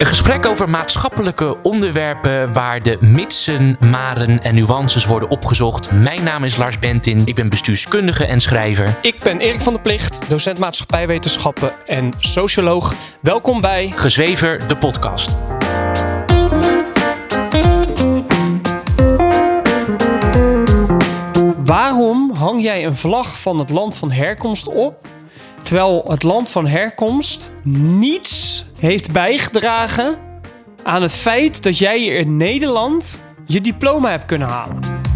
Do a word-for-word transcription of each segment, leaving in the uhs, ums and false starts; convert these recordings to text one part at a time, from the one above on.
Een gesprek over maatschappelijke onderwerpen waar de mitsen, maren en nuances worden opgezocht. Mijn naam is Lars Bentin, ik ben bestuurskundige en schrijver. Ik ben Erik van der Plicht, docent maatschappijwetenschappen en socioloog. Welkom bij Gezwever, de podcast. Waarom hang jij een vlag van het land van herkomst op, terwijl het land van herkomst niets heeft bijgedragen aan het feit dat jij hier in Nederland je diploma hebt kunnen halen?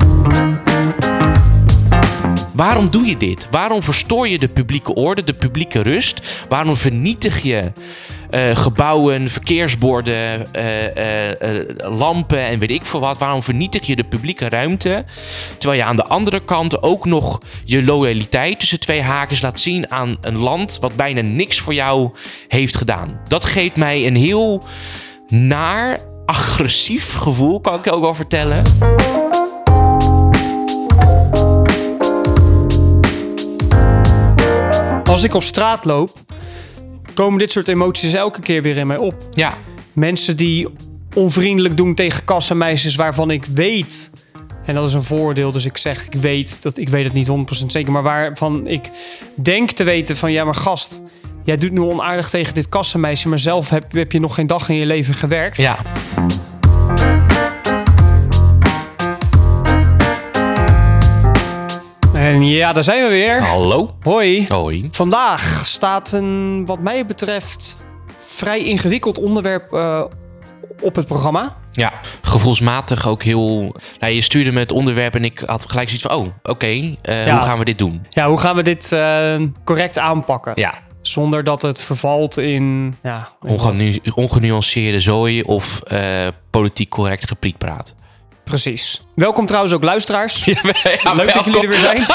Waarom doe je dit? Waarom verstoor je de publieke orde, de publieke rust? Waarom vernietig je uh, gebouwen, verkeersborden, uh, uh, uh, lampen en weet ik veel wat? Waarom vernietig je de publieke ruimte? Terwijl je aan de andere kant ook nog je loyaliteit tussen twee haakjes laat zien aan een land wat bijna niks voor jou heeft gedaan. Dat geeft mij een heel naar, agressief gevoel, kan ik je ook wel vertellen. Als ik op straat loop, komen dit soort emoties elke keer weer in mij op. Ja. Mensen die onvriendelijk doen tegen kassameisjes waarvan ik weet, en dat is een vooroordeel, dus ik zeg ik weet, dat ik weet het niet honderd procent zeker, maar waarvan ik denk te weten van ja, maar gast, jij doet nu onaardig tegen dit kassameisje, maar zelf heb, heb je nog geen dag in je leven gewerkt. Ja. En ja, daar zijn we weer. Hallo. Hoi. Hoi. Vandaag staat een, wat mij betreft, vrij ingewikkeld onderwerp uh, op het programma. Ja, gevoelsmatig ook heel... Nou, je stuurde me het onderwerp en ik had gelijk zoiets van... Oh, oké, okay, uh, ja. hoe gaan we dit doen? Ja, hoe gaan we dit uh, correct aanpakken? Ja. Zonder dat het vervalt in... Ja, Ongenu- ongenuanceerde zooi of uh, politiek correct geprietpraat. Precies. Welkom trouwens ook luisteraars. Ja, ja, leuk dat jullie er weer zijn.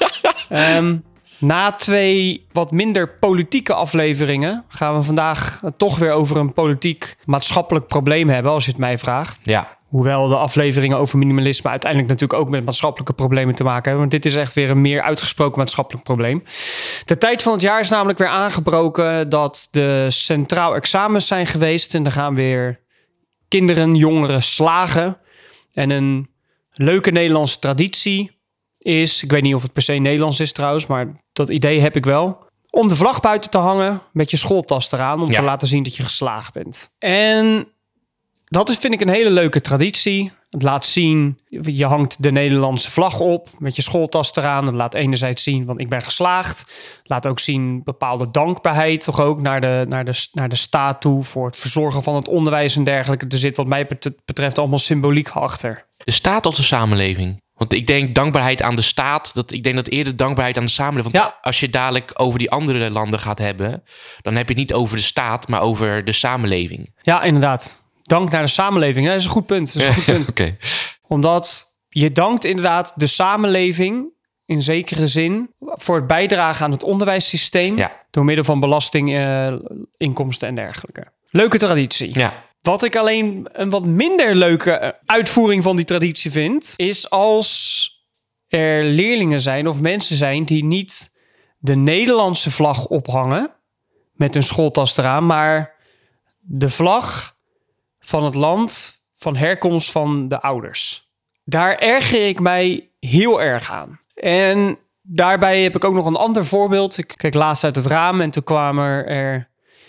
um, na twee wat minder politieke afleveringen gaan we vandaag toch weer over een politiek maatschappelijk probleem hebben, als je het mij vraagt. Ja. Hoewel de afleveringen over minimalisme uiteindelijk natuurlijk ook met maatschappelijke problemen te maken hebben. Want dit is echt weer een meer uitgesproken maatschappelijk probleem. De tijd van het jaar is namelijk weer aangebroken dat de centraal examens zijn geweest. En er gaan weer kinderen, jongeren slagen. En een leuke Nederlandse traditie is, ik weet niet of het per se Nederlands is trouwens, maar dat idee heb ik wel, om de vlag buiten te hangen met je schooltas eraan, om ja. te laten zien dat je geslaagd bent. En dat is, vind ik, een hele leuke traditie. Het laat zien, je hangt de Nederlandse vlag op met je schooltas eraan. Het laat enerzijds zien, want ik ben geslaagd. Laat ook zien bepaalde dankbaarheid, toch ook naar de, naar de, naar de staat toe voor het verzorgen van het onderwijs en dergelijke. Er zit wat mij betreft allemaal symboliek achter. De staat of de samenleving? Want ik denk dankbaarheid aan de staat, dat, ik denk dat eerder dankbaarheid aan de samenleving. Want ja. als je dadelijk over die andere landen gaat hebben, dan heb je het niet over de staat, maar over de samenleving. Ja, inderdaad. Dank naar de samenleving. Dat is een goed punt. Dat is een goed punt. Okay. Omdat je dankt inderdaad de samenleving in zekere zin voor het bijdragen aan het onderwijssysteem. Ja. Door middel van belastinginkomsten uh, en dergelijke. Leuke traditie. Ja. Wat ik alleen een wat minder leuke uitvoering van die traditie vind, is als er leerlingen zijn of mensen zijn die niet de Nederlandse vlag ophangen met hun schooltas eraan, maar de vlag van het land van herkomst van de ouders. Daar erger ik mij heel erg aan. En daarbij heb ik ook nog een ander voorbeeld. Ik keek laatst uit het raam en toen kwamen er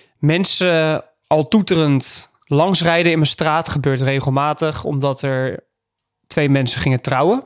mensen al toeterend langsrijden in mijn straat. Gebeurt regelmatig, omdat er twee mensen gingen trouwen.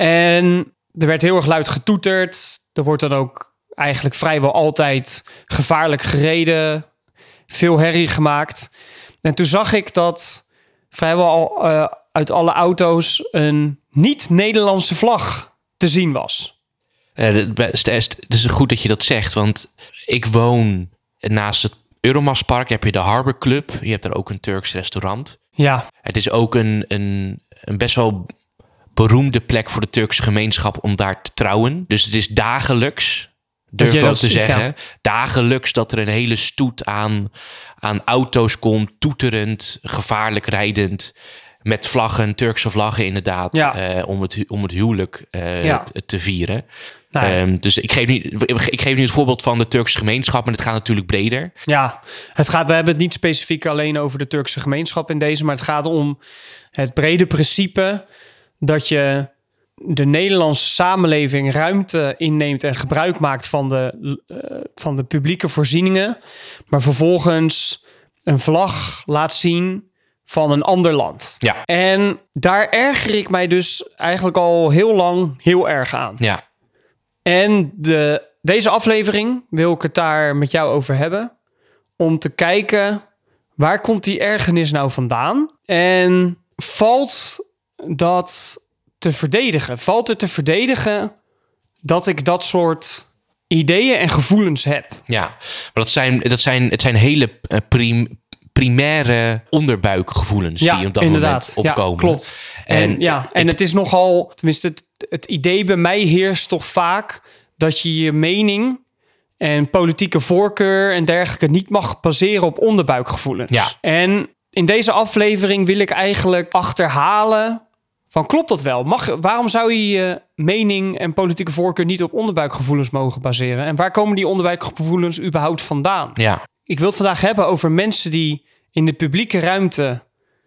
En er werd heel erg luid getoeterd. Er wordt dan ook eigenlijk vrijwel altijd gevaarlijk gereden. Veel herrie gemaakt. En toen zag ik dat vrijwel al, uh, uit alle auto's een niet-Nederlandse vlag te zien was. Uh, het is goed dat je dat zegt, want ik woon naast het Euromastpark. Heb je de Harbor Club. Je hebt er ook een Turks restaurant. Ja. Het is ook een, een, een best wel beroemde plek voor de Turkse gemeenschap om daar te trouwen. Dus het is dagelijks, durf ik wel te zeggen, ja. dagelijks dat er een hele stoet aan, aan auto's komt, toeterend, gevaarlijk rijdend. met vlaggen, Turkse vlaggen inderdaad, Ja. eh, om, het, hu- om het huwelijk eh, Ja. te vieren. Nou ja. Ehm, dus ik geef, nu, ik geef nu het voorbeeld van de Turkse gemeenschap, maar het gaat natuurlijk breder. Ja, het gaat, we hebben het niet specifiek alleen over de Turkse gemeenschap in deze, maar het gaat om het brede principe dat je de Nederlandse samenleving ruimte inneemt en gebruik maakt van de, uh, van de publieke voorzieningen, maar vervolgens een vlag laat zien van een ander land. Ja. En daar erger ik mij dus eigenlijk al heel lang heel erg aan. Ja, En de, deze aflevering wil ik het daar met jou over hebben. Om te kijken, waar komt die ergernis nou vandaan? En valt dat te verdedigen? Valt het te verdedigen dat ik dat soort ideeën en gevoelens heb? ja. Maar dat zijn, dat zijn, het zijn hele eh, prim, primaire onderbuikgevoelens die op dat moment opkomen. Ja, klopt. En, En ja, en het is nogal, tenminste het, het idee bij mij heerst toch vaak dat je je mening en politieke voorkeur en dergelijke niet mag baseren op onderbuikgevoelens. Ja. En in deze aflevering wil ik eigenlijk achterhalen van klopt dat wel? Mag, waarom zou je je mening en politieke voorkeur niet op onderbuikgevoelens mogen baseren? En waar komen die onderbuikgevoelens überhaupt vandaan? Ja, Ik wil het vandaag hebben over mensen die in de publieke ruimte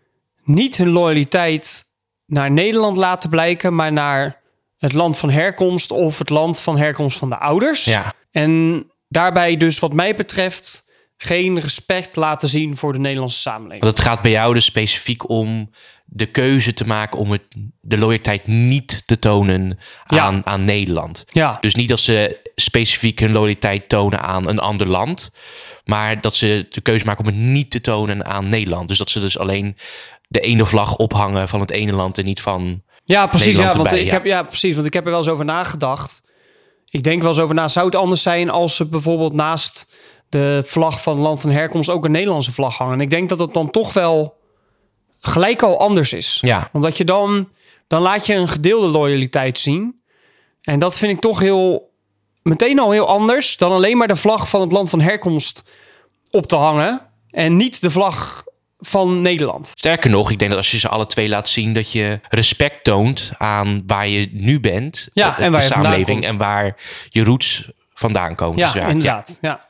niet hun loyaliteit naar Nederland laten blijken, maar naar het land van herkomst of het land van herkomst van de ouders. ja, En daarbij dus wat mij betreft geen respect laten zien voor de Nederlandse samenleving. want het gaat bij jou dus specifiek om de keuze te maken om het, de loyaliteit niet te tonen aan, Ja. aan Nederland. Ja, Dus niet dat ze specifiek hun loyaliteit tonen aan een ander land, maar dat ze de keuze maken om het niet te tonen aan Nederland. Dus dat ze dus alleen de ene vlag ophangen van het ene land en niet van... ja precies. Nederland Ja, want erbij, ik ja. heb, ja, precies. Want ik heb er wel eens over nagedacht. Ik denk wel eens over na. Zou het anders zijn als ze bijvoorbeeld naast de vlag van het land van herkomst ook een Nederlandse vlag hangen? En ik denk dat het dan toch wel gelijk al anders is. Ja, Omdat je dan, dan laat je een gedeelde loyaliteit zien. En dat vind ik toch heel, meteen al heel anders dan alleen maar de vlag van het land van herkomst op te hangen. En niet de vlag van Nederland. sterker nog, ik denk dat als je ze alle twee laat zien, dat je respect toont aan waar je nu bent. Ja, op en waar de je vandaan samenleving komt. en waar je roots vandaan komen. Ja, Dus inderdaad. Ja.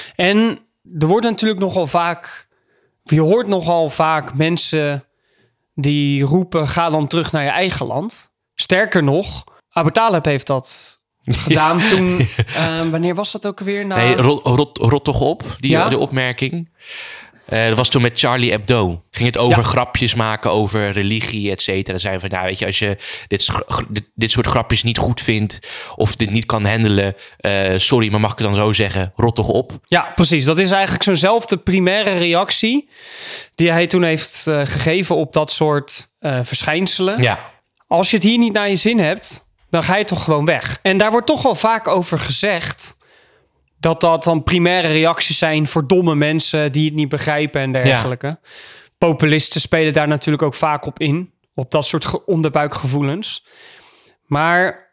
En er wordt natuurlijk nogal vaak, je hoort nogal vaak mensen die roepen, ga dan terug naar je eigen land. Sterker nog, Abu Talib heeft dat gedaan toen, eh, wanneer was dat ook alweer? Nou, Nee, rot, rot, rot toch op, die, Ja? die opmerking. Eh, dat was toen met Charlie Hebdo. Ging het over Ja. grapjes maken over religie, et cetera. Dan zei van, nou weet je, als je dit, sch- dit, dit soort grapjes niet goed vindt of dit niet kan handelen, eh, sorry, maar mag ik het dan zo zeggen, rot toch op? Ja, precies. Dat is eigenlijk zo'nzelfde primaire reactie die hij toen heeft eh, gegeven op dat soort eh, verschijnselen. Ja, Als je het hier niet naar je zin hebt, dan ga je toch gewoon weg. En daar wordt toch wel vaak over gezegd dat dat dan primaire reacties zijn voor domme mensen die het niet begrijpen en dergelijke. Populisten spelen daar natuurlijk ook vaak op in, op dat soort ge- onderbuikgevoelens. Maar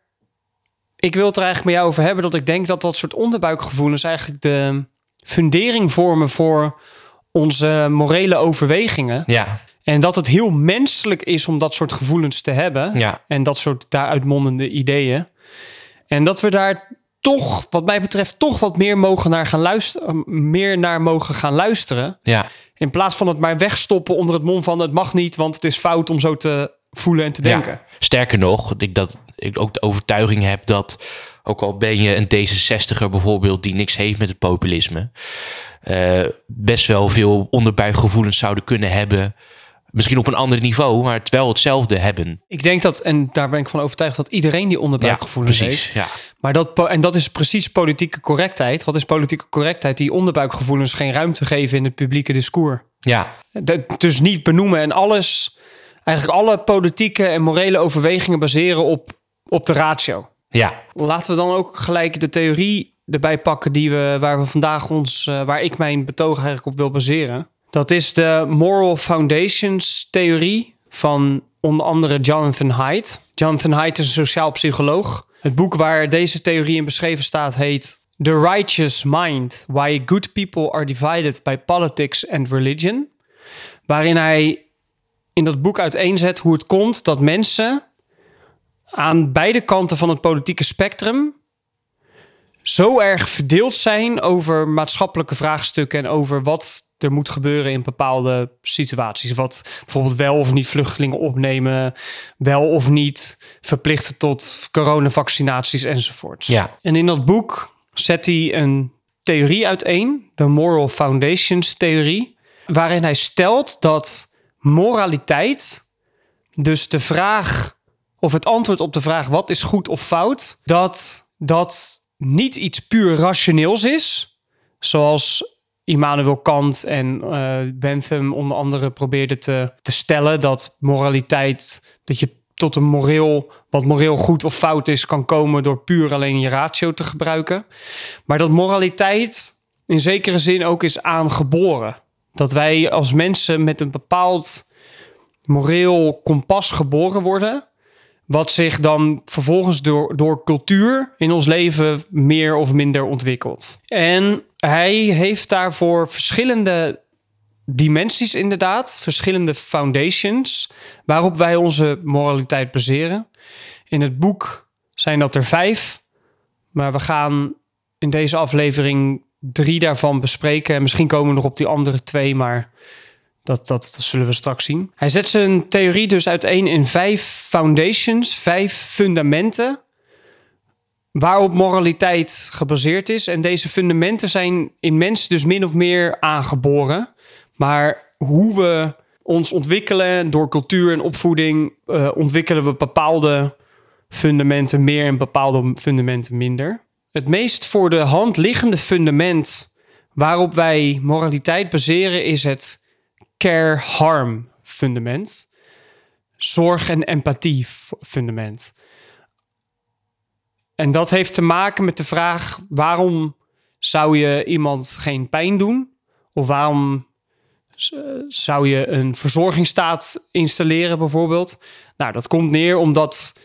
ik wil het er eigenlijk met jou over hebben dat ik denk dat dat soort onderbuikgevoelens eigenlijk de fundering vormen voor onze morele overwegingen. ja, En dat het heel menselijk is om dat soort gevoelens te hebben. ja, En dat soort daaruit mondende ideeën. En dat we daar toch, wat mij betreft, toch wat meer mogen naar gaan luisteren. Meer naar mogen gaan luisteren. ja, In plaats van het maar wegstoppen onder het mom van het mag niet, want het is fout om zo te voelen en te denken. ja. Sterker nog, ik dat ik ook de overtuiging heb dat, ook al ben je een D zesenzestiger bijvoorbeeld die niks heeft met het populisme, eh, best wel veel onderbuikgevoelens zouden kunnen hebben. Misschien op een ander niveau, maar het wel hetzelfde hebben. Ik denk dat, en daar ben ik van overtuigd, dat iedereen die onderbuikgevoelens ja, heeft. precies. Ja. Maar dat, po- en dat is precies politieke correctheid. Wat is politieke correctheid? Die onderbuikgevoelens geen ruimte geven in het publieke discours. Ja, Dat dus niet benoemen en alles, eigenlijk alle politieke en morele overwegingen baseren op, op de ratio. ja, Laten we dan ook gelijk de theorie erbij pakken die we, waar we vandaag ons, uh, waar ik mijn betoog eigenlijk op wil baseren. Dat is de Moral Foundations theorie van onder andere Jonathan Haidt. Jonathan Haidt is een sociaal psycholoog. Het boek waar deze theorie in beschreven staat heet The Righteous Mind: Why Good People Are Divided by Politics and Religion. Waarin hij in dat boek uiteenzet hoe het komt dat mensen aan beide kanten van het politieke spectrum zo erg verdeeld zijn over maatschappelijke vraagstukken en over wat er moet gebeuren in bepaalde situaties. Wat bijvoorbeeld wel of niet vluchtelingen opnemen, wel of niet verplichten tot coronavaccinaties enzovoorts. Ja. En in dat boek zet hij een theorie uiteen, de Moral Foundations theorie, waarin hij stelt dat moraliteit, dus de vraag of het antwoord op de vraag wat is goed of fout, dat dat niet iets puur rationeels is, zoals Immanuel Kant en uh, Bentham onder andere probeerden te, te stellen, dat moraliteit, dat je tot een moreel, wat moreel goed of fout is, kan komen door puur alleen je ratio te gebruiken. Maar dat moraliteit in zekere zin ook is aangeboren. Dat wij als mensen met een bepaald moreel kompas geboren worden, wat zich dan vervolgens door, door cultuur in ons leven meer of minder ontwikkelt. En hij heeft daarvoor verschillende dimensies inderdaad, verschillende foundations waarop wij onze moraliteit baseren. In het boek zijn dat er vijf, maar we gaan in deze aflevering drie daarvan bespreken. En misschien komen we nog op die andere twee, maar Dat, dat, dat zullen we straks zien. Hij zet zijn theorie dus uiteen in vijf foundations, vijf fundamenten waarop moraliteit gebaseerd is. En deze fundamenten zijn in mensen dus min of meer aangeboren. Maar hoe we ons ontwikkelen door cultuur en opvoeding, uh, ontwikkelen we bepaalde fundamenten meer en bepaalde fundamenten minder. Het meest voor de hand liggende fundament waarop wij moraliteit baseren is het care-harm fundament. Zorg- en empathie fundament. En dat heeft te maken met de vraag: waarom zou je iemand geen pijn doen? Of waarom zou je een verzorgingsstaat installeren bijvoorbeeld? Nou, dat komt neer omdat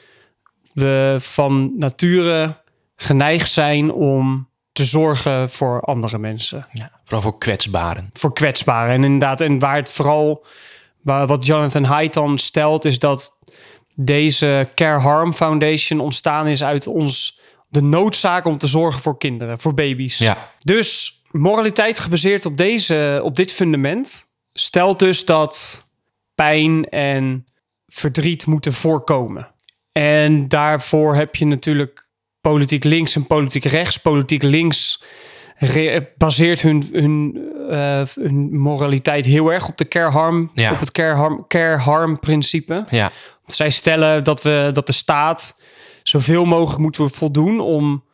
we van nature geneigd zijn om te zorgen voor andere mensen. Ja, vooral voor kwetsbaren. Voor kwetsbaren. En inderdaad, en waar het vooral, waar, wat Jonathan Haidt dan stelt, is dat deze Care Harm Foundation ontstaan is uit ons de noodzaak om te zorgen voor kinderen, voor baby's. Ja. Dus moraliteit gebaseerd op deze, op dit fundament stelt dus dat pijn en verdriet moeten voorkomen. En daarvoor heb je natuurlijk politiek links en politiek rechts. Politiek links re- baseert hun, hun, uh, hun moraliteit heel erg op de care harm, Ja. op het care harm, care harm principe. Ja. Zij stellen dat we dat de staat zoveel mogelijk moeten voldoen om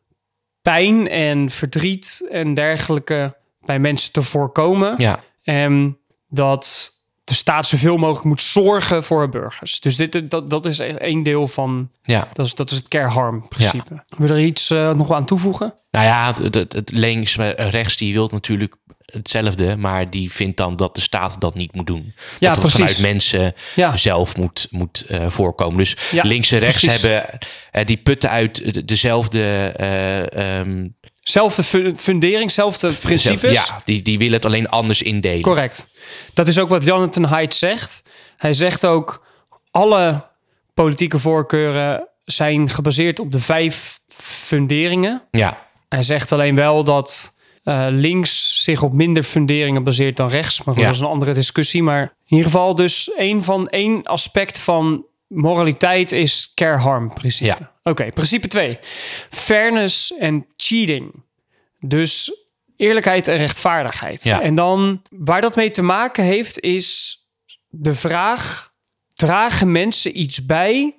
pijn en verdriet en dergelijke bij mensen te voorkomen. Ja. En dat de staat zoveel mogelijk moet zorgen voor haar burgers. Dus dit, dat, dat is één deel van. Ja. Dat is, dat is het care harm principe. Ja. Wil je er iets uh, nog aan toevoegen? Nou ja, het, het, het links, rechts, die wil natuurlijk hetzelfde, maar die vindt dan dat de staat dat niet moet doen. Ja, dat het precies. vanuit mensen ja. zelf moet, moet uh, voorkomen. Dus ja, links en rechts precies. hebben, uh, die putten uit de, dezelfde Uh, um, zelfde fundering, zelfde principes. Ja, die, die willen het alleen anders indelen. Correct. Dat is ook wat Jonathan Haidt zegt. Hij zegt ook, alle politieke voorkeuren zijn gebaseerd op de vijf funderingen. Ja. Hij zegt alleen wel dat uh, links zich op minder funderingen baseert dan rechts. Maar goed, ja. dat is een andere discussie. Maar in ieder geval dus één van één aspect van moraliteit is care harm principe. Ja. Oké, okay, principe twee. Fairness en cheating. Dus eerlijkheid en rechtvaardigheid. Ja. En dan waar dat mee te maken heeft is de vraag: dragen mensen iets bij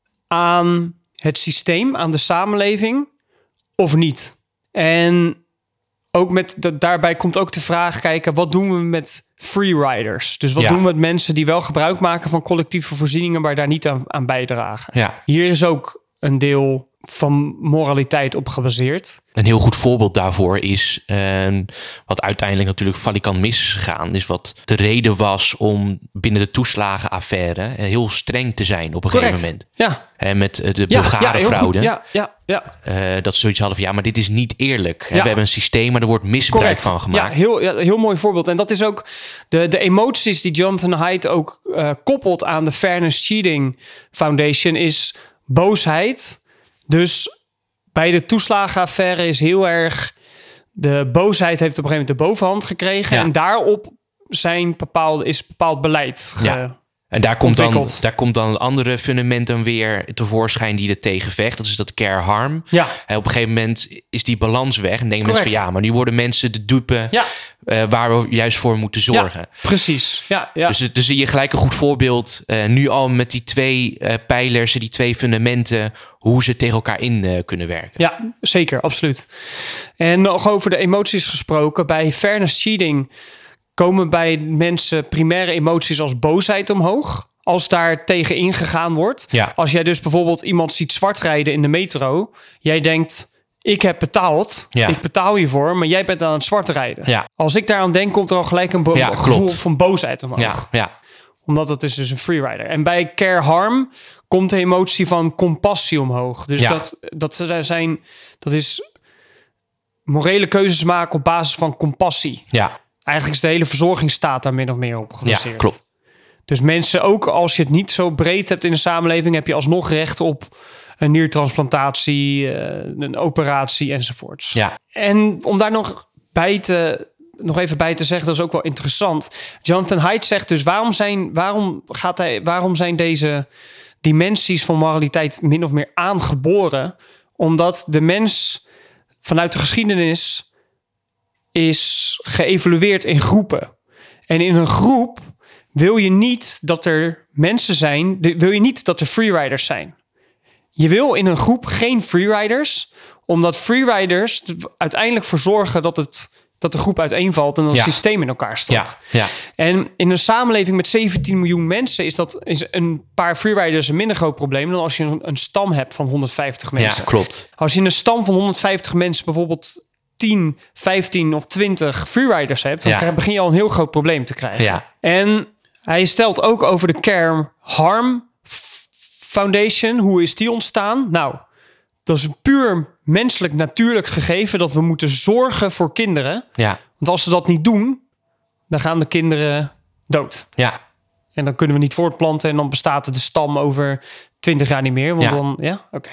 aan het systeem, aan de samenleving of niet? En ook met dat, daarbij komt ook de vraag kijken: wat doen we met freeriders? Dus wat ja. doen we met mensen die wel gebruik maken van collectieve voorzieningen, maar daar niet aan, aan bijdragen? Ja. Hier is ook een deel van moraliteit op gebaseerd. Een heel goed voorbeeld daarvoor is, uh, wat uiteindelijk natuurlijk valikant mis is gegaan, is wat de reden was om binnen de toeslagenaffaire uh, heel streng te zijn op een Correct. gegeven moment. Ja. Uh, met uh, de Ja, Bulgare ja, fraude. Ja, ja, ja. Uh, dat ze zoiets hadden van, ja, maar dit is niet eerlijk. Ja. We hebben een systeem, maar er wordt misbruik Correct. van gemaakt. Ja, heel, ja, heel mooi voorbeeld. En dat is ook de, de emoties die Jonathan Haidt ook uh, koppelt aan de Fairness Cheating Foundation is boosheid. Dus bij de toeslagenaffaire is heel erg... De boosheid heeft op een gegeven moment de bovenhand gekregen. Ja. En daarop zijn bepaalde, is bepaald beleid ge- Ja. En daar komt, dan, ontwikkeld. daar komt dan een andere fundament dan weer tevoorschijn die er tegen vecht. Dat is dat care harm. Ja. En op een gegeven moment is die balans weg. En denken mensen van, ja, maar nu worden mensen de dupe Ja. uh, waar we juist voor moeten zorgen. Ja, precies. Ja, ja. Dus, dus zie je gelijk een goed voorbeeld. Uh, nu al met die twee uh, pijlers, die twee fundamenten, hoe ze tegen elkaar in uh, kunnen werken. Ja, zeker, absoluut. En nog over de emoties gesproken. Bij fairness cheating komen bij mensen primaire emoties als boosheid omhoog. Als daar tegen ingegaan wordt. Ja. Als jij dus bijvoorbeeld iemand ziet zwart rijden in de metro. Jij denkt, ik heb betaald. Ja. Ik betaal hiervoor, maar jij bent aan het zwart rijden. Ja. Als ik daaraan denk, komt er al gelijk een bo- Ja, gevoel klopt. van boosheid omhoog. Ja, ja. Omdat het is dus een freerider. En bij care harm komt de emotie van compassie omhoog. Dus Ja. dat, dat ze zijn, dat is morele keuzes maken op basis van compassie. ja. Eigenlijk is de hele verzorgingsstaat daar min of meer op gebaseerd. Ja, klopt. Dus mensen, ook als je het niet zo breed hebt in de samenleving, heb je alsnog recht op een niertransplantatie, eh, een operatie enzovoorts. Ja. En om daar nog bij te, nog even bij te zeggen, dat is ook wel interessant. Jonathan Haidt zegt dus, waarom zijn, waarom gaat hij, waarom zijn deze dimensies van moraliteit min of meer aangeboren? Omdat de mens vanuit de geschiedenis is geëvolueerd in groepen. En in een groep wil je niet dat er mensen zijn, de- wil je niet dat er freeriders zijn. Je wil in een groep geen freeriders, omdat freeriders er uiteindelijk voor zorgen dat, het, dat de groep uiteenvalt en dat het Ja. systeem in elkaar stort. Ja, ja. En in een samenleving met zeventien miljoen mensen is dat is een paar freeriders een minder groot probleem dan als je een, een stam hebt van honderdvijftig mensen. Ja, klopt. Als je in een stam van honderdvijftig mensen bijvoorbeeld tien, vijftien of twintig freeriders hebt, dan Ja. krijg- begin je al een heel groot probleem te krijgen. Ja. En hij stelt ook over de Care Harm F- Foundation. Hoe is die ontstaan? Nou, dat is een puur menselijk natuurlijk gegeven dat we moeten zorgen voor kinderen. Ja, Want als ze dat niet doen, dan gaan de kinderen dood. ja, En dan kunnen we niet voortplanten en dan bestaat de stam over twintig jaar niet meer. Want Ja. dan, ja, oké.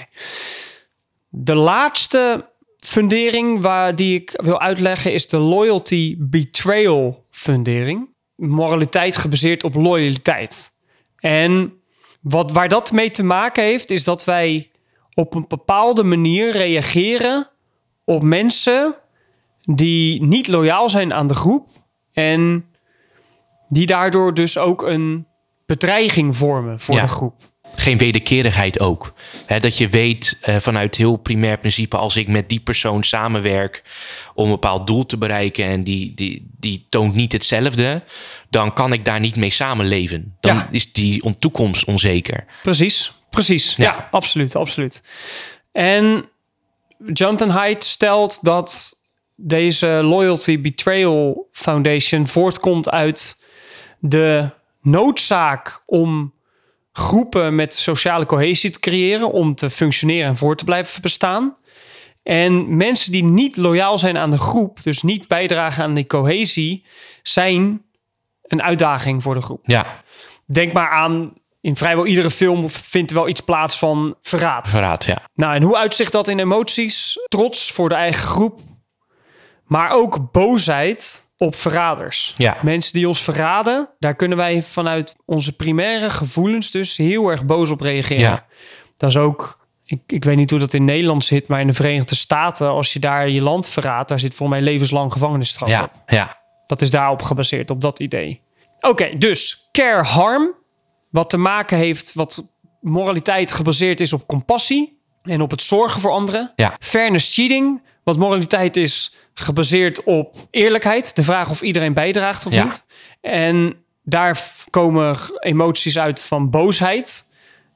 De laatste fundering waar die ik wil uitleggen is de Loyalty Betrayal fundering. Moraliteit gebaseerd op loyaliteit. En wat, waar dat mee te maken heeft, is dat wij op een bepaalde manier reageren op mensen die niet loyaal zijn aan de groep en die daardoor dus ook een bedreiging vormen voor Ja. de groep. geen wederkerigheid ook. Hè, dat je weet uh, vanuit heel primair principe, als ik met die persoon samenwerk om een bepaald doel te bereiken en die, die, die toont niet hetzelfde, dan kan ik daar niet mee samenleven. Dan Ja. is die on- toekomst onzeker. Precies, precies. Ja, Ja. absoluut, absoluut. En Jonathan Haidt stelt dat deze Loyalty Betrayal Foundation voortkomt uit de noodzaak om groepen met sociale cohesie te creëren, om te functioneren en voor te blijven bestaan. En mensen die niet loyaal zijn aan de groep, dus niet bijdragen aan die cohesie, zijn een uitdaging voor de groep. Ja, Denk maar aan, in vrijwel iedere film vindt er wel iets plaats van verraad. verraad, ja. Nou, en hoe uitzicht dat in emoties? Trots voor de eigen groep, maar ook boosheid op verraders. Ja. Mensen die ons verraden, daar kunnen wij vanuit onze primaire gevoelens dus heel erg boos op reageren. Ja. Dat is ook, ik, ik weet niet hoe dat in Nederland zit, maar in de Verenigde Staten, als je daar je land verraadt, daar zit voor mij levenslang gevangenisstraf op. Ja, ja. Dat is daarop gebaseerd, op dat idee. Oké, dus care harm, wat te maken heeft, wat moraliteit gebaseerd is op compassie en op het zorgen voor anderen. Ja. Fairness cheating, wat moraliteit is gebaseerd op eerlijkheid, de vraag of iedereen bijdraagt of Ja. niet. En daar f- komen emoties uit van boosheid,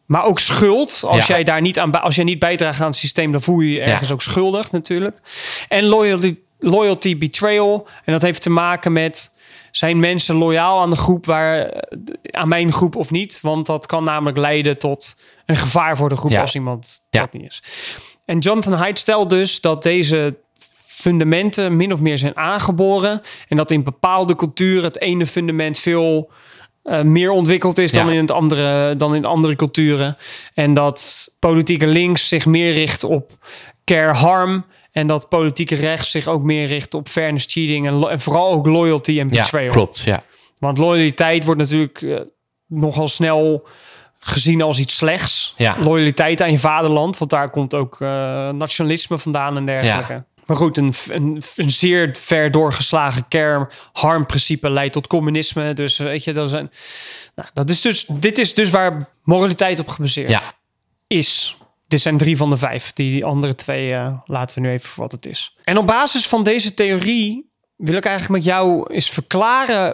Maar ook schuld. Als Ja. jij daar niet aan, als jij niet bijdraagt aan het systeem, dan voel je je ergens Ja. ook schuldig natuurlijk. En loyalty, loyalty betrayal. En dat heeft te maken met, zijn mensen loyaal aan de groep, waar, aan mijn groep of niet? Want dat kan namelijk leiden tot een gevaar voor de groep Ja. als iemand Ja. dat niet is. En Jonathan Haidt stelt dus dat deze fundamenten min of meer zijn aangeboren. En dat in bepaalde culturen het ene fundament veel uh, meer ontwikkeld is dan, Ja. in het andere, dan in andere culturen. En dat politieke links zich meer richt op care harm. En dat politieke rechts zich ook meer richt op fairness, cheating en, lo- en vooral ook loyalty en Ja, betrayal. klopt. Ja. Want loyaliteit wordt natuurlijk uh, nogal snel gezien als iets slechts. Ja. Loyaliteit aan je vaderland, want daar komt ook uh, nationalisme vandaan en dergelijke. Ja. Maar goed, een, een, een zeer ver doorgeslagen care-harm-principe leidt tot communisme. Dus weet je, dat, zijn, nou, dat is dus, dit is dus waar moraliteit op gebaseerd Ja. is. Dit zijn drie van de vijf. Die, die andere twee uh, laten we nu even voor wat het is. En op basis van deze theorie wil ik eigenlijk met jou eens verklaren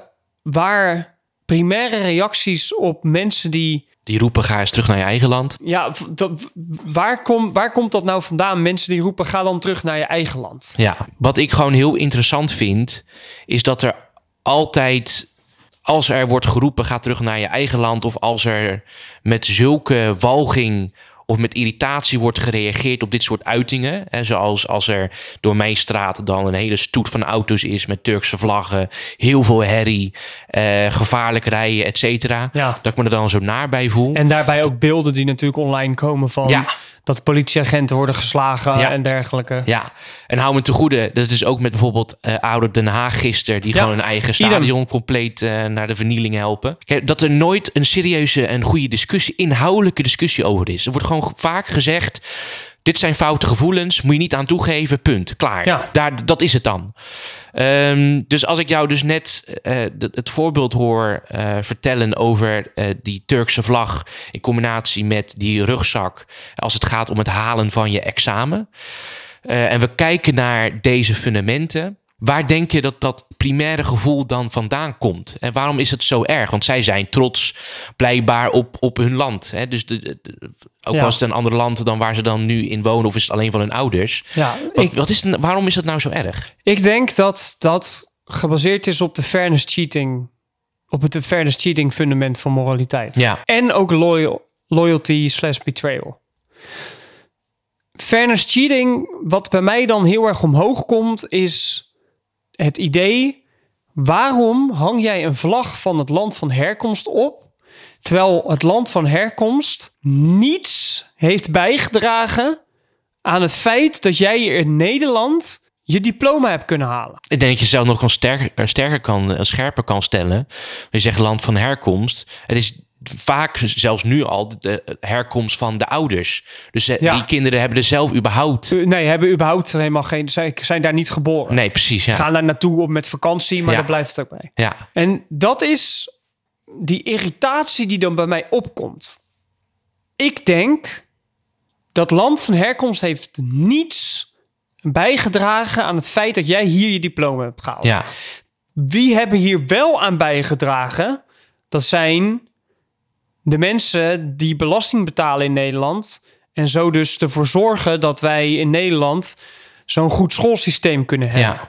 waar primaire reacties op mensen die... Die roepen, ga eens terug naar je eigen land. Ja, v- dat, waar, kom, waar komt dat nou vandaan? Mensen die roepen, ga dan terug naar je eigen land. Ja, wat ik gewoon heel interessant vind, is dat er altijd, als er wordt geroepen, ga terug naar je eigen land, of als er met zulke walging of met irritatie wordt gereageerd op dit soort uitingen. Hè, zoals als er door mijn straat dan een hele stoet van auto's is met Turkse vlaggen, heel veel herrie, eh, gevaarlijk rijden, et cetera. Ja. Dat ik me er dan zo naar bij voel. En daarbij ook beelden die natuurlijk online komen van Ja. dat politieagenten worden geslagen Ja. en dergelijke. Ja, en hou me te goede, dat is ook met bijvoorbeeld uh, Ouder Den Haag gisteren, die Ja, gewoon hun eigen stadion idem. compleet uh, naar de vernieling helpen. Kijk, dat er nooit een serieuze en goede discussie, inhoudelijke discussie over is. Er wordt gewoon vaak gezegd, dit zijn foute gevoelens, moet je niet aan toegeven, punt, klaar. Ja. Daar, dat is het dan. Um, dus als ik jou dus net uh, het voorbeeld hoor uh, vertellen over uh, die Turkse vlag in combinatie met die rugzak als het gaat om het halen van je examen. Uh, en we kijken naar deze fundamenten. Waar denk je dat dat primaire gevoel dan vandaan komt? En waarom is het zo erg? Want zij zijn trots blijkbaar op, op hun land. Hè? Dus de, de, ook Ja. was het een ander land dan waar ze dan nu in wonen, of is het alleen van hun ouders? Ja, Wat, ik, wat is het, waarom is dat nou zo erg? ik denk dat dat gebaseerd is op de fairness cheating, op het fairness cheating fundament van moraliteit. Ja. En ook loyal, loyalty slash betrayal. Fairness cheating, wat bij mij dan heel erg omhoog komt, is het idee: waarom hang jij een vlag van het land van herkomst op, terwijl het land van herkomst niets heeft bijgedragen aan het feit dat jij hier in Nederland je diploma hebt kunnen halen? Ik denk dat je zelf nog kan sterker, sterker kan, scherper kan stellen. Je zegt land van herkomst. Het is vaak, zelfs nu al, de herkomst van de ouders. Dus Ja. die kinderen hebben er zelf überhaupt... Uh, Nee, hebben überhaupt helemaal geen, zijn, zijn daar niet geboren. Nee, precies, ja. Gaan daar naartoe op met vakantie, maar Ja. daar blijft het ook bij. Ja, En dat is die irritatie die dan bij mij opkomt. Ik denk dat land van herkomst heeft niets bijgedragen aan het feit dat jij hier je diploma hebt gehaald. ja, Wie hebben hier wel aan bijgedragen? Dat zijn de mensen die belasting betalen in Nederland en zo dus ervoor zorgen dat wij in Nederland zo'n goed schoolsysteem kunnen hebben. ja,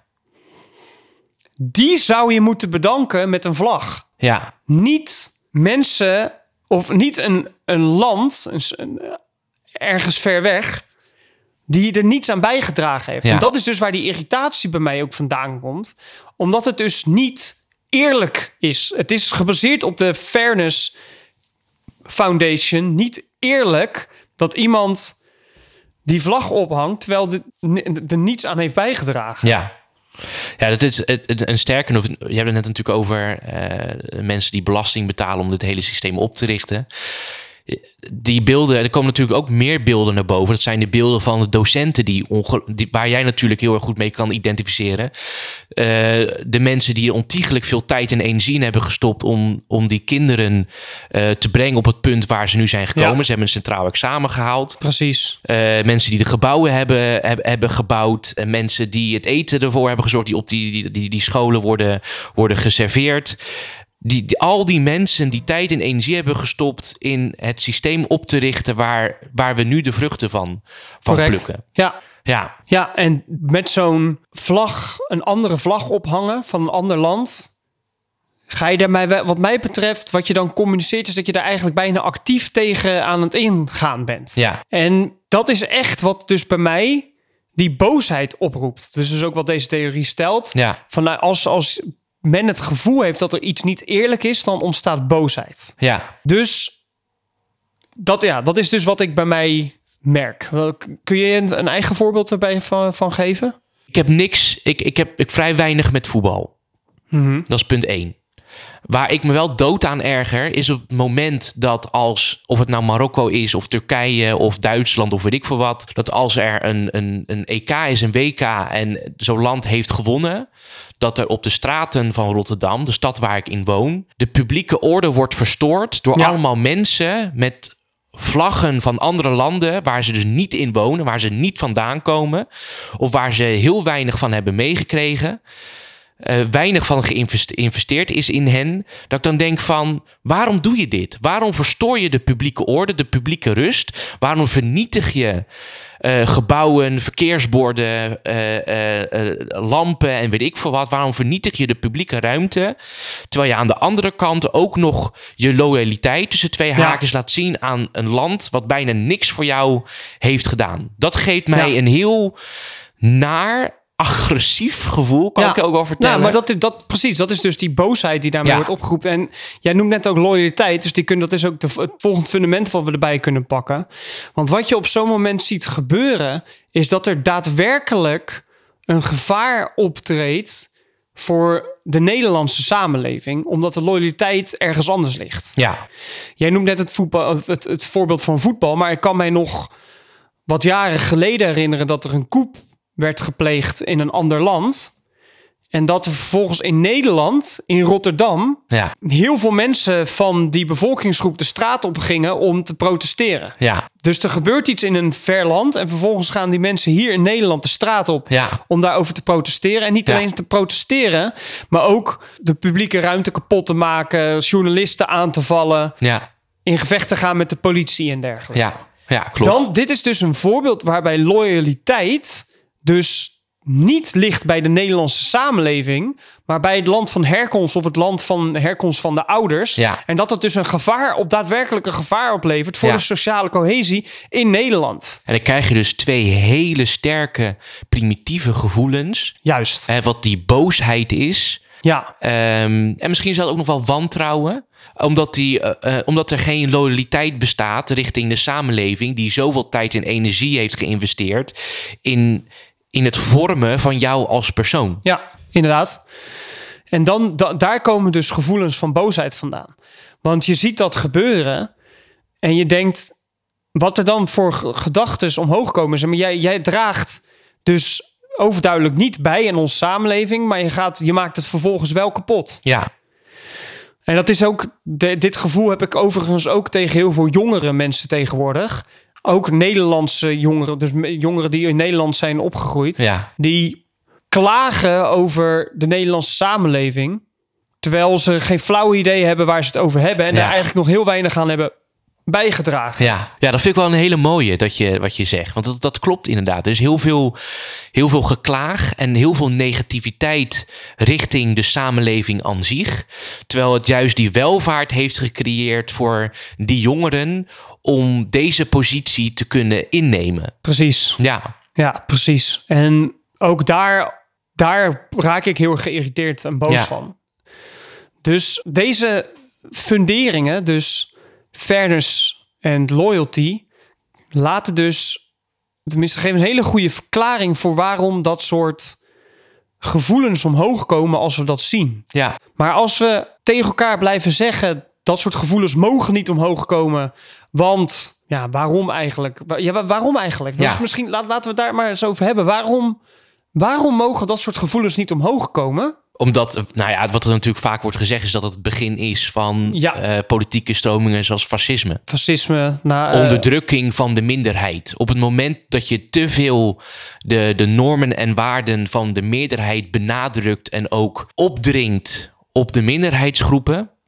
Die zou je moeten bedanken met een vlag. ja, Niet mensen of niet een, een land een, een, ergens ver weg die er niets aan bijgedragen heeft. Ja. En dat is dus waar die irritatie bij mij ook vandaan komt. Omdat het dus niet eerlijk is. Het is gebaseerd op de Fairness Foundation. Niet eerlijk dat iemand die vlag ophangt terwijl de- er niets aan heeft bijgedragen. ja. Ja, dat is een sterke. Je hebt het net natuurlijk over uh, mensen die belasting betalen om het hele systeem op te richten. Die beelden, er komen natuurlijk ook meer beelden naar boven. Dat zijn de beelden van de docenten die, onge- die waar jij natuurlijk heel erg goed mee kan identificeren. Uh, de mensen die er ontiegelijk veel tijd en energie in hebben gestopt om, om die kinderen uh, te brengen op het punt waar ze nu zijn gekomen. Ja. Ze hebben een centraal examen gehaald. Precies. Uh, mensen die de gebouwen hebben, hebben, hebben gebouwd. En mensen die het eten ervoor hebben gezorgd. Die op die, die, die, die scholen worden, worden geserveerd. Die, die, al die mensen die tijd en energie hebben gestopt in het systeem op te richten waar, waar we nu de vruchten van, van plukken. Ja. Ja. Ja, en met zo'n vlag, een andere vlag ophangen van een ander land, ga je daarmee, wat mij betreft, wat je dan communiceert, is dat je daar eigenlijk bijna actief tegen aan het ingaan bent. Ja. En dat is echt wat dus bij mij die boosheid oproept. Dus dus ook wat deze theorie stelt. Ja. Van nou, als, als men het gevoel heeft dat er iets niet eerlijk is, dan ontstaat boosheid. Ja. Dus dat, ja, dat is dus wat ik bij mij merk. Kun je een, een eigen voorbeeld erbij van, van geven? Ik heb niks, ik, ik heb ik vrij weinig met voetbal. Mm-hmm. Dat is punt één. Waar ik me wel dood aan erger, is op het moment dat als, of het nou Marokko is, of Turkije, of Duitsland, of weet ik veel wat, dat als er een, een, een E K is, een W K, en zo'n land heeft gewonnen, dat er op de straten van Rotterdam, de stad waar ik in woon, de publieke orde wordt verstoord door Ja. allemaal mensen met vlaggen van andere landen waar ze dus niet in wonen, waar ze niet vandaan komen, of waar ze heel weinig van hebben meegekregen. Uh, weinig van geïnvesteerd is in hen, dat ik dan denk van, waarom doe je dit? Waarom verstoor je de publieke orde, de publieke rust? Waarom vernietig je uh, gebouwen, verkeersborden, uh, uh, uh, lampen en weet ik veel wat? Waarom vernietig je de publieke ruimte? Terwijl je aan de andere kant ook nog je loyaliteit tussen twee haakjes ja. laat zien aan een land wat bijna niks voor jou heeft gedaan. Dat geeft mij ja. een heel naar, agressief gevoel, kan ja. ik ook wel vertellen. Ja, maar dat, dat, precies, dat is dus die boosheid die daarmee ja. wordt opgeroepen. En jij noemt net ook loyaliteit, dus die kun, dat is ook de, het volgende fundament wat we erbij kunnen pakken. Want wat je op zo'n moment ziet gebeuren, is dat er daadwerkelijk een gevaar optreedt voor de Nederlandse samenleving, omdat de loyaliteit ergens anders ligt. Ja. Jij noemt net het, voetbal, het, het voorbeeld van voetbal, maar ik kan mij nog wat jaren geleden herinneren dat er een coup werd gepleegd in een ander land. En dat er vervolgens in Nederland, in Rotterdam, ja. heel veel mensen van die bevolkingsgroep de straat op gingen om te protesteren. Ja. Dus er gebeurt iets in een ver land en vervolgens gaan die mensen hier in Nederland de straat op ja. om daarover te protesteren. En niet ja. alleen te protesteren, maar ook de publieke ruimte kapot te maken, journalisten aan te vallen, ja. in gevecht te gaan met de politie en dergelijke. Ja, ja klopt. Dan, dit is dus een voorbeeld waarbij loyaliteit dus niet ligt bij de Nederlandse samenleving, maar bij het land van herkomst of het land van herkomst van de ouders. Ja. En dat het dus een gevaar op daadwerkelijk een gevaar oplevert voor ja. de sociale cohesie in Nederland. En dan krijg je dus twee hele sterke primitieve gevoelens. Juist. Hè, wat die boosheid is. Ja. Um, en misschien zelfs ook nog wel wantrouwen. Omdat, die, uh, uh, omdat er geen loyaliteit bestaat richting de samenleving die zoveel tijd en energie heeft geïnvesteerd in, in het vormen van jou als persoon. Ja, inderdaad. En dan da- daar komen dus gevoelens van boosheid vandaan. Want je ziet dat gebeuren en je denkt, wat er dan voor g- gedachten omhoog komen. Zeg maar, jij, jij draagt dus overduidelijk niet bij in onze samenleving, maar je, gaat, je maakt het vervolgens wel kapot. Ja. En dat is ook, de, dit gevoel heb ik overigens ook tegen heel veel jongere mensen tegenwoordig. Ook Nederlandse jongeren, dus jongeren die in Nederland zijn opgegroeid. Ja. Die klagen over de Nederlandse samenleving, terwijl ze geen flauw idee hebben waar ze het over hebben en ja. daar eigenlijk nog heel weinig aan hebben bijgedragen. Ja, ja, dat vind ik wel een hele mooie dat je, wat je zegt. Want dat, dat klopt inderdaad. Er is heel veel, heel veel geklaag en heel veel negativiteit richting de samenleving aan zich. Terwijl het juist die welvaart heeft gecreëerd voor die jongeren om deze positie te kunnen innemen. Precies. Ja. Ja, precies. En ook daar, daar raak ik heel erg geïrriteerd en boos ja. van. Dus deze funderingen, dus fairness en loyalty, laten dus, tenminste geven een hele goede verklaring voor waarom dat soort gevoelens omhoog komen als we dat zien. Ja. Maar als we tegen elkaar blijven zeggen, dat soort gevoelens mogen niet omhoog komen, want ja, waarom eigenlijk? Ja, waarom eigenlijk? Ja. Dus misschien laat, laten we het daar maar eens over hebben. Waarom, waarom mogen dat soort gevoelens niet omhoog komen? Omdat, nou ja, wat er natuurlijk vaak wordt gezegd is dat het begin is van ja. uh, politieke stromingen zoals fascisme. Fascisme. Na, uh... Onderdrukking van de minderheid. Op het moment dat je te veel de, de normen en waarden van de meerderheid benadrukt en ook opdringt op de minderheidsgroepen,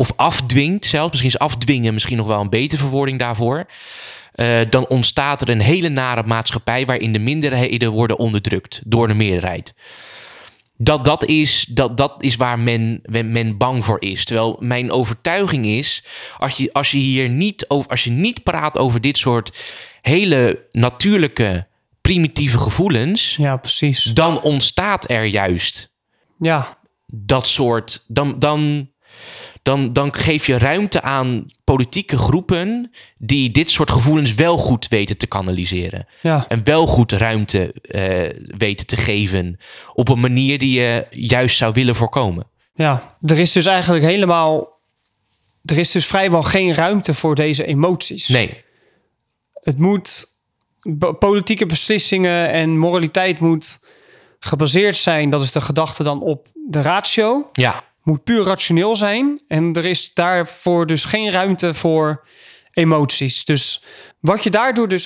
of afdwingt zelfs, misschien is afdwingen misschien nog wel een betere verwoording daarvoor, uh, dan ontstaat er een hele nare maatschappij waarin de minderheden worden onderdrukt door de meerderheid. Dat, dat, is, dat, dat is waar men, men bang voor is. Terwijl mijn overtuiging is, als je, als je hier niet over, als je niet praat over dit soort hele natuurlijke, primitieve gevoelens, Ja, precies. dan ontstaat er juist Ja, dat soort. Dan, dan, dan, dan geef je ruimte aan politieke groepen die dit soort gevoelens wel goed weten te kanaliseren. ja. En wel goed ruimte uh, weten te geven op een manier die je juist zou willen voorkomen. Ja, er is dus eigenlijk helemaal... Er is dus vrijwel geen ruimte voor deze emoties. Nee. Het moet... Politieke beslissingen en moraliteit moet gebaseerd zijn. Dat is de gedachte dan op de ratio. Ja. Moet puur rationeel zijn. En er is daarvoor dus geen ruimte voor emoties. Dus wat je daardoor dus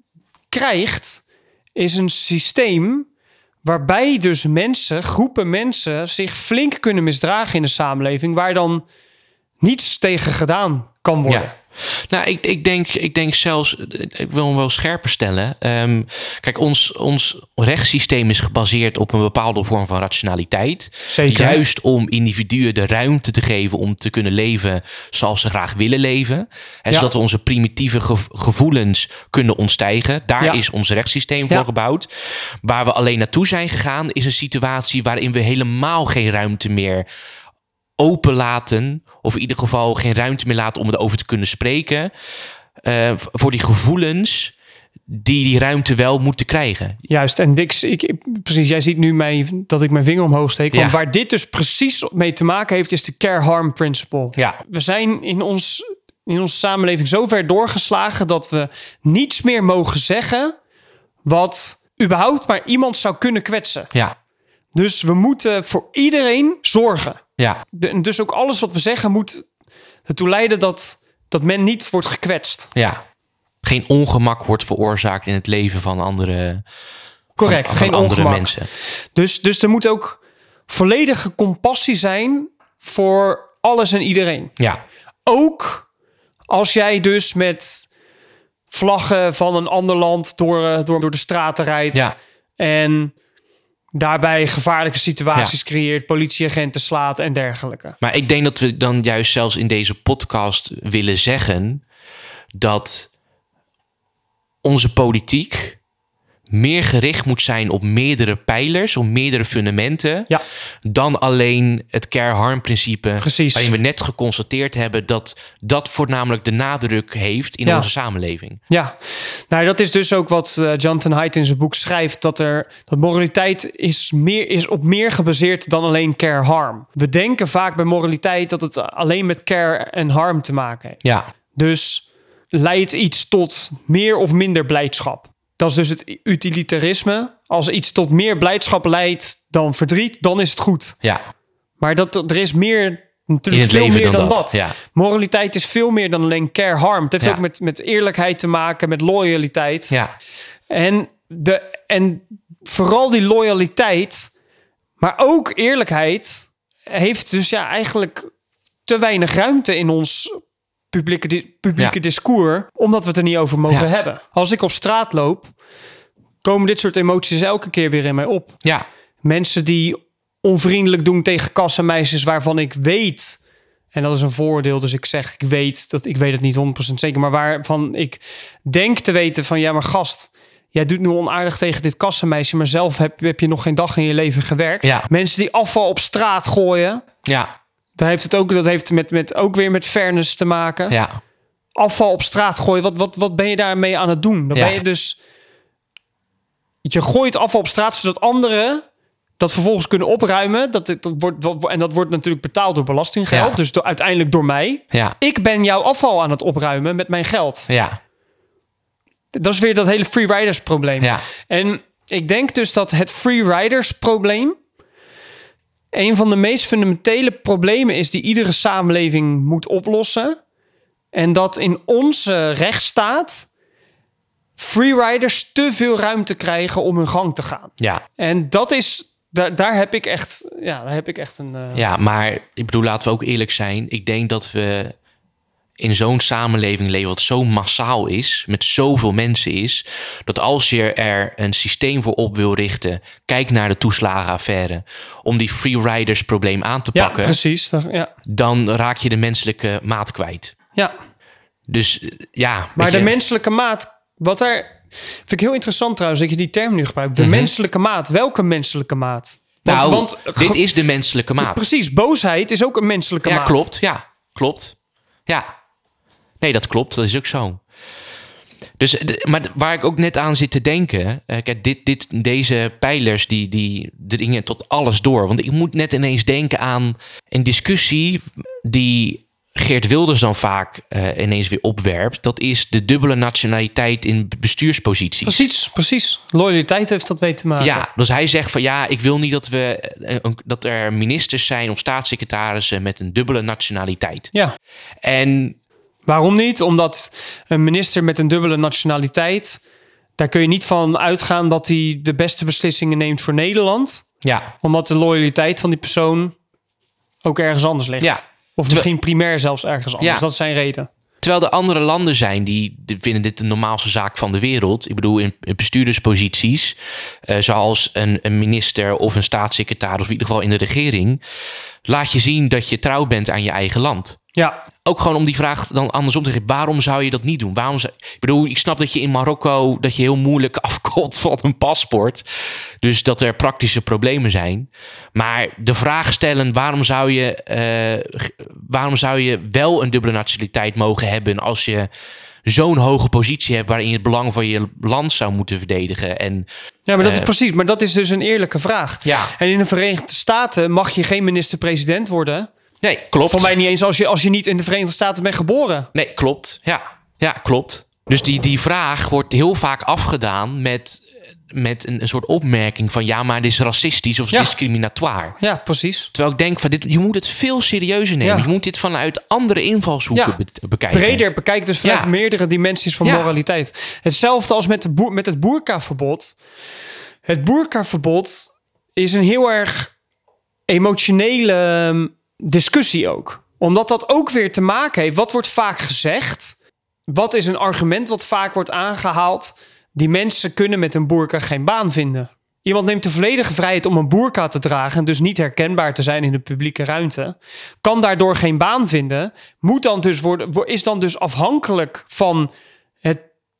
krijgt, is een systeem waarbij dus mensen, groepen mensen, zich flink kunnen misdragen in de samenleving, waar dan niets tegen gedaan kan worden. Ja. Nou, ik, ik, denk, ik denk zelfs, ik wil hem wel scherper stellen. Um, kijk, ons, ons rechtssysteem is gebaseerd op een bepaalde vorm van rationaliteit. Zeker. Juist om individuen de ruimte te geven om te kunnen leven zoals ze graag willen leven. En Ja. zodat we onze primitieve ge- gevoelens kunnen ontstijgen. Daar Ja. is ons rechtssysteem voor Ja. gebouwd. Waar we alleen naartoe zijn gegaan is een situatie waarin we helemaal geen ruimte meer openlaten, of in ieder geval geen ruimte meer laten om erover te kunnen spreken, uh, voor die gevoelens die die ruimte wel moeten krijgen. Juist, en ik, ik, precies, jij ziet nu mij, dat ik mijn vinger omhoog steek. Want Ja. waar dit dus precies mee te maken heeft, is de care-harm principle. Ja. We zijn in, ons, in onze samenleving zo ver doorgeslagen dat we niets meer mogen zeggen wat überhaupt maar iemand zou kunnen kwetsen. Ja, Dus we moeten voor iedereen zorgen. ja, De, en dus ook alles wat we zeggen moet ertoe leiden dat, dat men niet wordt gekwetst. ja. Geen ongemak wordt veroorzaakt in het leven van andere, Correct, van, geen van andere ongemak. mensen. Dus, dus er moet ook volledige compassie zijn voor alles en iedereen. Ja, Ook als jij dus met vlaggen van een ander land door, eh, door, door de straten rijdt. ja, En daarbij gevaarlijke situaties creëert, politieagenten slaat en dergelijke. maar ik denk dat we dan juist zelfs in deze podcast willen zeggen dat onze politiek meer gericht moet zijn op meerdere pijlers, op meerdere fundamenten, Ja. dan alleen het care-harm-principe. Precies. Waarin we net geconstateerd hebben dat dat voornamelijk de nadruk heeft in Ja. onze samenleving. Ja, nou dat is dus ook wat uh, Jonathan Haidt in zijn boek schrijft, dat er dat moraliteit is, meer, is op meer gebaseerd dan alleen care harm. We denken vaak bij moraliteit dat het alleen met care en harm te maken heeft. Ja, Dus leidt iets tot meer of minder blijdschap. Dat is dus het utilitarisme. Als iets tot meer blijdschap leidt dan verdriet, dan is het goed. ja. Maar dat, er is meer, In natuurlijk het veel leven meer dan dan, dat, dat. ja. Moraliteit is veel meer dan alleen care harm. Het heeft Ja. ook met, met eerlijkheid te maken, met loyaliteit. Ja, En, de, en vooral die loyaliteit, maar ook eerlijkheid, heeft dus ja eigenlijk te weinig ruimte in ons publieke, di- publieke Ja. discours, omdat we het er niet over mogen Ja. hebben. Als ik op straat loop, komen dit soort emoties elke keer weer in mij op. ja, Mensen die onvriendelijk doen tegen kassameisjes waarvan ik weet, en dat is een vooroordeel, dus ik zeg ik weet, dat ik weet het niet honderd procent zeker, maar waarvan ik denk te weten van ja, maar gast, jij doet nu onaardig tegen dit kassameisje, maar zelf heb, heb je nog geen dag in je leven gewerkt. Ja. Mensen die afval op straat gooien, ja, daar heeft het ook, dat heeft met, met, ook weer met fairness te maken. ja, Afval op straat gooien, wat, wat, wat ben je daarmee aan het doen? Dan Ja. ben je dus, je gooit afval op straat zodat anderen dat vervolgens kunnen opruimen. Dat, dat wordt, dat- en dat wordt natuurlijk betaald door belastinggeld. Ja. Dus door, uiteindelijk door mij. ja, Ik ben jouw afval aan het opruimen met mijn geld. ja, Dat is weer dat hele free riders probleem. ja, En ik denk dus dat het free riders probleem een van de meest fundamentele problemen is die iedere samenleving moet oplossen. En dat in onze rechtsstaat freeriders te veel ruimte krijgen om hun gang te gaan. ja, En dat is Daar, daar heb ik echt, ja, daar heb ik echt een... Uh... Ja, maar ik bedoel, laten we ook eerlijk zijn. Ik denk dat we in zo'n samenleving leven wat zo massaal is, met zoveel mensen is, dat als je er een systeem voor op wil richten, kijk naar de toeslagenaffaire, om die freeriders probleem aan te pakken. Ja, precies. Ja. Dan raak je de menselijke maat kwijt. Ja. Dus ja. Maar de je... menselijke maat, wat er... Vind ik heel interessant trouwens dat je die term nu gebruikt. De Mm-hmm. menselijke maat. Welke menselijke maat? Want, Nou, want, dit is de menselijke maat. Precies, boosheid is ook een menselijke ja, maat. Klopt, ja, klopt. Ja, nee, dat klopt. Dat is ook zo. Dus, maar waar ik ook net aan zit te denken, kijk, dit, dit, deze pijlers die, die dringen tot alles door. Want ik moet net ineens denken aan een discussie die Geert Wilders dan vaak uh, ineens weer opwerpt. Dat is de dubbele nationaliteit in bestuursposities. Precies, precies. Loyaliteit heeft dat mee te maken. Ja, dus hij zegt van ja, ik wil niet dat, we, uh, dat er ministers zijn of staatssecretarissen met een dubbele nationaliteit. Ja. En waarom niet? Omdat een minister met een dubbele nationaliteit, daar kun je niet van uitgaan dat hij de beste beslissingen neemt voor Nederland. Ja. Omdat de loyaliteit van die persoon ook ergens anders ligt. Ja. Of misschien primair zelfs ergens anders. Ja. Dat is zijn reden. Terwijl er andere landen zijn die vinden dit de normaalste zaak van de wereld. Ik bedoel, in bestuurdersposities, uh, zoals een, een minister of een staatssecretaris, of in ieder geval in de regering, laat je zien dat je trouw bent aan je eigen land. Ja. Ook gewoon om die vraag dan andersom te geven. Waarom zou je dat niet doen? Waarom zou... Ik bedoel, ik snap dat je in Marokko dat je heel moeilijk afkomt van een paspoort. Dus dat er praktische problemen zijn. Maar de vraag stellen, waarom zou je, uh, waarom zou je wel een dubbele nationaliteit mogen hebben als je zo'n hoge positie hebt waarin je het belang van je land zou moeten verdedigen? En, ja, maar dat is uh, precies. Maar dat is dus een eerlijke vraag. Ja. En in de Verenigde Staten mag je geen minister-president worden. Nee, klopt. Voor mij niet eens als je, als je niet in de Verenigde Staten bent geboren. Nee, klopt. Ja, ja klopt. Dus die, die vraag wordt heel vaak afgedaan met, met een, een soort opmerking van ja, maar dit is racistisch of Ja. discriminatoire. Ja, precies. Terwijl ik denk van dit, je moet het veel serieuzer nemen. Ja. Je moet dit vanuit andere invalshoeken Ja. be- bekijken. Breder bekijkt dus vanuit Ja. meerdere dimensies van Ja. moraliteit. Hetzelfde als met, de boer, met het boerkaverbod. Het boerkaverbod is een heel erg emotionele discussie ook. Omdat dat ook weer te maken heeft. Wat wordt vaak gezegd? Wat is een argument wat vaak wordt aangehaald? Die mensen kunnen met een boerka geen baan vinden. Iemand neemt de volledige vrijheid om een boerka te dragen en dus niet herkenbaar te zijn in de publieke ruimte. Kan daardoor geen baan vinden. Moet dan dus worden, is dan dus afhankelijk van het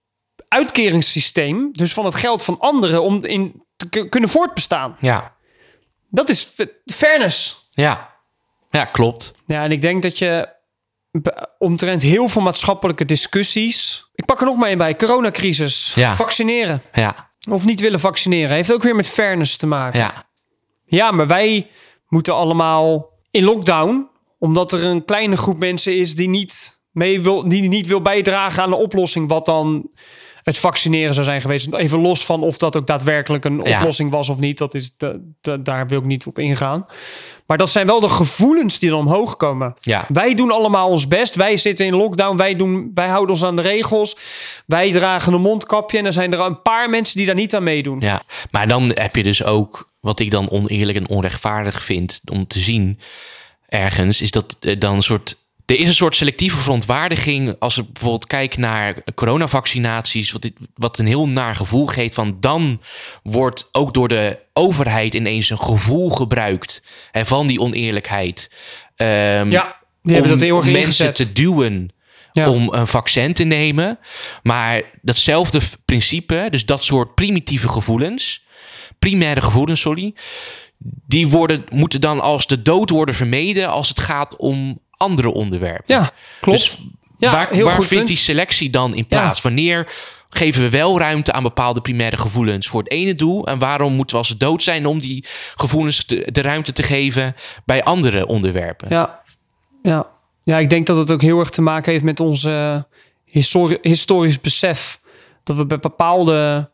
uitkeringssysteem. Dus van het geld van anderen om in te k- kunnen voortbestaan. Ja, Dat is f- fairness. ja. Ja, klopt. Ja, en ik denk dat je be- omtrent heel veel maatschappelijke discussies... Ik pak er nog maar een bij. Coronacrisis. Ja. Vaccineren. Ja, Of niet willen vaccineren. Heeft ook weer met fairness te maken. ja. Ja, maar wij moeten allemaal in lockdown. Omdat er een kleine groep mensen is die niet, mee wil, die niet wil bijdragen aan de oplossing. Wat dan het vaccineren zou zijn geweest. Even los van of dat ook daadwerkelijk een Ja. oplossing was of niet. Dat is de, de, daar wil ik niet op ingaan. Maar dat zijn wel de gevoelens die dan omhoog komen. Ja. Wij doen allemaal ons best. Wij zitten in lockdown. Wij, doen, wij houden ons aan de regels. Wij dragen een mondkapje. En er zijn er een paar mensen die daar niet aan meedoen. Ja, maar dan heb je dus ook, wat ik dan oneerlijk en onrechtvaardig vind om te zien ergens, is dat er dan een soort... Er is een soort selectieve verontwaardiging als ik bijvoorbeeld kijk naar coronavaccinaties, wat, dit, wat een heel naar gevoel geeft van dan wordt ook door de overheid ineens een gevoel gebruikt hè, van die oneerlijkheid. Um, Ja, die hebben om, dat heel erg om mensen ingezet. te duwen Ja. om een vaccin te nemen. Maar datzelfde f- principe, dus dat soort primitieve gevoelens, primaire gevoelens, sorry, die worden, moeten dan als de dood worden vermeden als het gaat om andere onderwerpen. Ja, klopt. Dus Ja, waar heel waar goed vindt punt. die selectie dan in plaats? Wanneer geven we wel ruimte aan bepaalde primaire gevoelens voor het ene doel? En waarom moeten we als het dood zijn om die gevoelens te, de ruimte te geven bij andere onderwerpen? Ja, ja. ja, ik denk dat het ook heel erg te maken heeft met ons uh, histori- historisch besef. Dat we bij bepaalde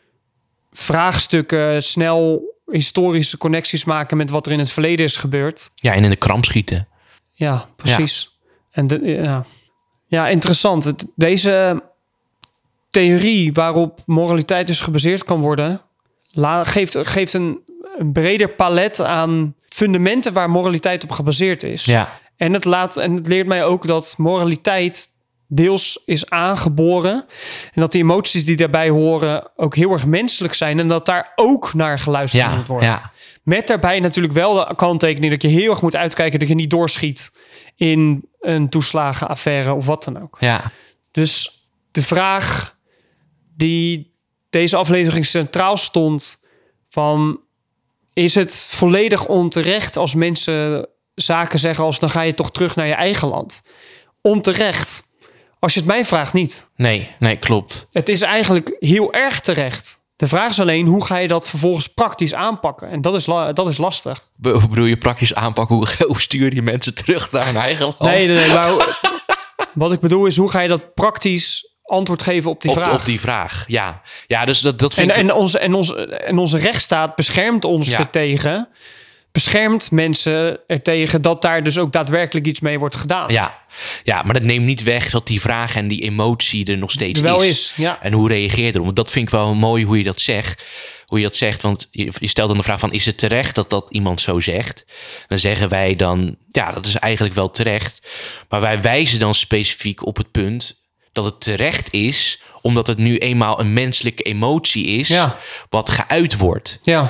vraagstukken snel historische connecties maken met wat er in het verleden is gebeurd. Ja, en in de kramp schieten. Ja, precies. En de, ja. ja, interessant. Het, deze theorie waarop moraliteit dus gebaseerd kan worden, la, geeft, geeft een, een breder palet aan fundamenten waar moraliteit op gebaseerd is. Ja. En het, laat, en het leert mij ook dat moraliteit deels is aangeboren. En dat die emoties die daarbij horen ook heel erg menselijk zijn. En dat daar ook naar geluisterd Ja, moet worden. ja. Met daarbij natuurlijk wel de kanttekening dat je heel erg moet uitkijken dat je niet doorschiet in een toeslagenaffaire of wat dan ook. Ja. Dus de vraag die deze aflevering centraal stond van, is het volledig onterecht als mensen zaken zeggen als dan ga je toch terug naar je eigen land? Onterecht. Als je het mij vraagt, niet. Nee, nee, klopt. Het is eigenlijk heel erg terecht. De vraag is alleen, hoe ga je dat vervolgens praktisch aanpakken? En dat is, la- dat is lastig. Be- Hoe bedoel je praktisch aanpakken? Hoe, hoe stuur je mensen terug naar hun eigen land? Nee, nee, nee. Maar hoe- wat ik bedoel is, hoe ga je dat praktisch antwoord geven op die op, vraag? op die vraag, ja. Ja, dus dat, dat vind En, ik... en, onze, en, onze, en onze rechtsstaat beschermt ons Ja. ertegen. Beschermt mensen ertegen dat daar dus ook daadwerkelijk iets mee wordt gedaan. Ja. ja, maar dat neemt niet weg dat die vraag en die emotie er nog steeds Er wel is. is, ja. En hoe reageer je erop? Want dat vind ik wel mooi hoe je dat zegt. Hoe je dat zegt, want je, je stelt dan de vraag van, is het terecht dat dat iemand zo zegt? Dan zeggen wij dan, ja, dat is eigenlijk wel terecht. Maar wij wijzen dan specifiek op het punt dat het terecht is, omdat het nu eenmaal een menselijke emotie is, Ja. wat geuit wordt. Ja,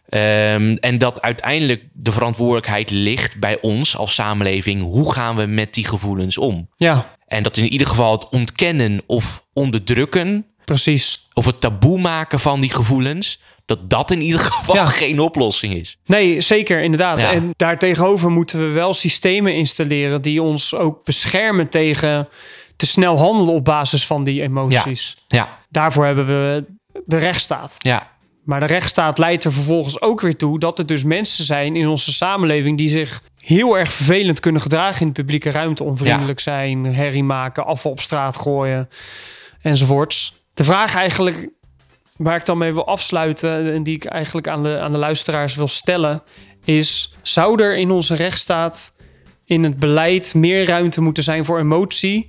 Um, en dat uiteindelijk de verantwoordelijkheid ligt bij ons als samenleving. Hoe gaan we met die gevoelens om? ja, En dat in ieder geval het ontkennen of onderdrukken, precies. of het taboe maken van die gevoelens, dat dat in ieder geval Ja. geen oplossing is. Nee, zeker, inderdaad. Ja. En daartegenover moeten we wel systemen installeren die ons ook beschermen tegen te snel handelen op basis van die emoties. Ja, Daarvoor hebben we de rechtsstaat. ja, Maar de rechtsstaat leidt er vervolgens ook weer toe dat er dus mensen zijn in onze samenleving die zich heel erg vervelend kunnen gedragen in de publieke ruimte, onvriendelijk zijn, herrie maken, afval op straat gooien enzovoorts. De vraag eigenlijk waar ik dan mee wil afsluiten en die ik eigenlijk aan de, aan de luisteraars wil stellen is, zou er in onze rechtsstaat in het beleid meer ruimte moeten zijn voor emotie?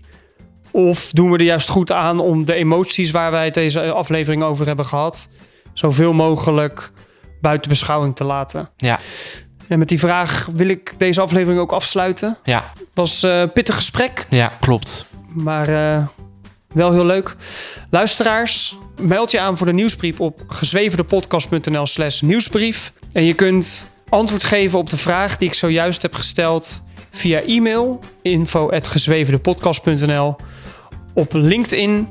Of doen we er juist goed aan om de emoties waar wij het deze aflevering over hebben gehad zoveel mogelijk buiten beschouwing te laten? ja, En met die vraag wil ik deze aflevering ook afsluiten. ja, Het was een uh, pittig gesprek, ja, klopt. maar uh, wel heel leuk. Luisteraars, meld je aan voor de nieuwsbrief op gezweverdepodcast.nl slash nieuwsbrief. En je kunt antwoord geven op de vraag die ik zojuist heb gesteld via e-mail info at gezweverdepodcast.nl, op LinkedIn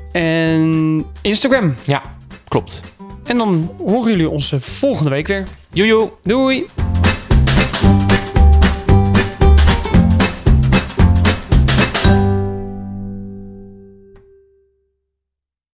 en Instagram. Ja, klopt. En dan horen jullie ons volgende week weer. Joejoe. Doei!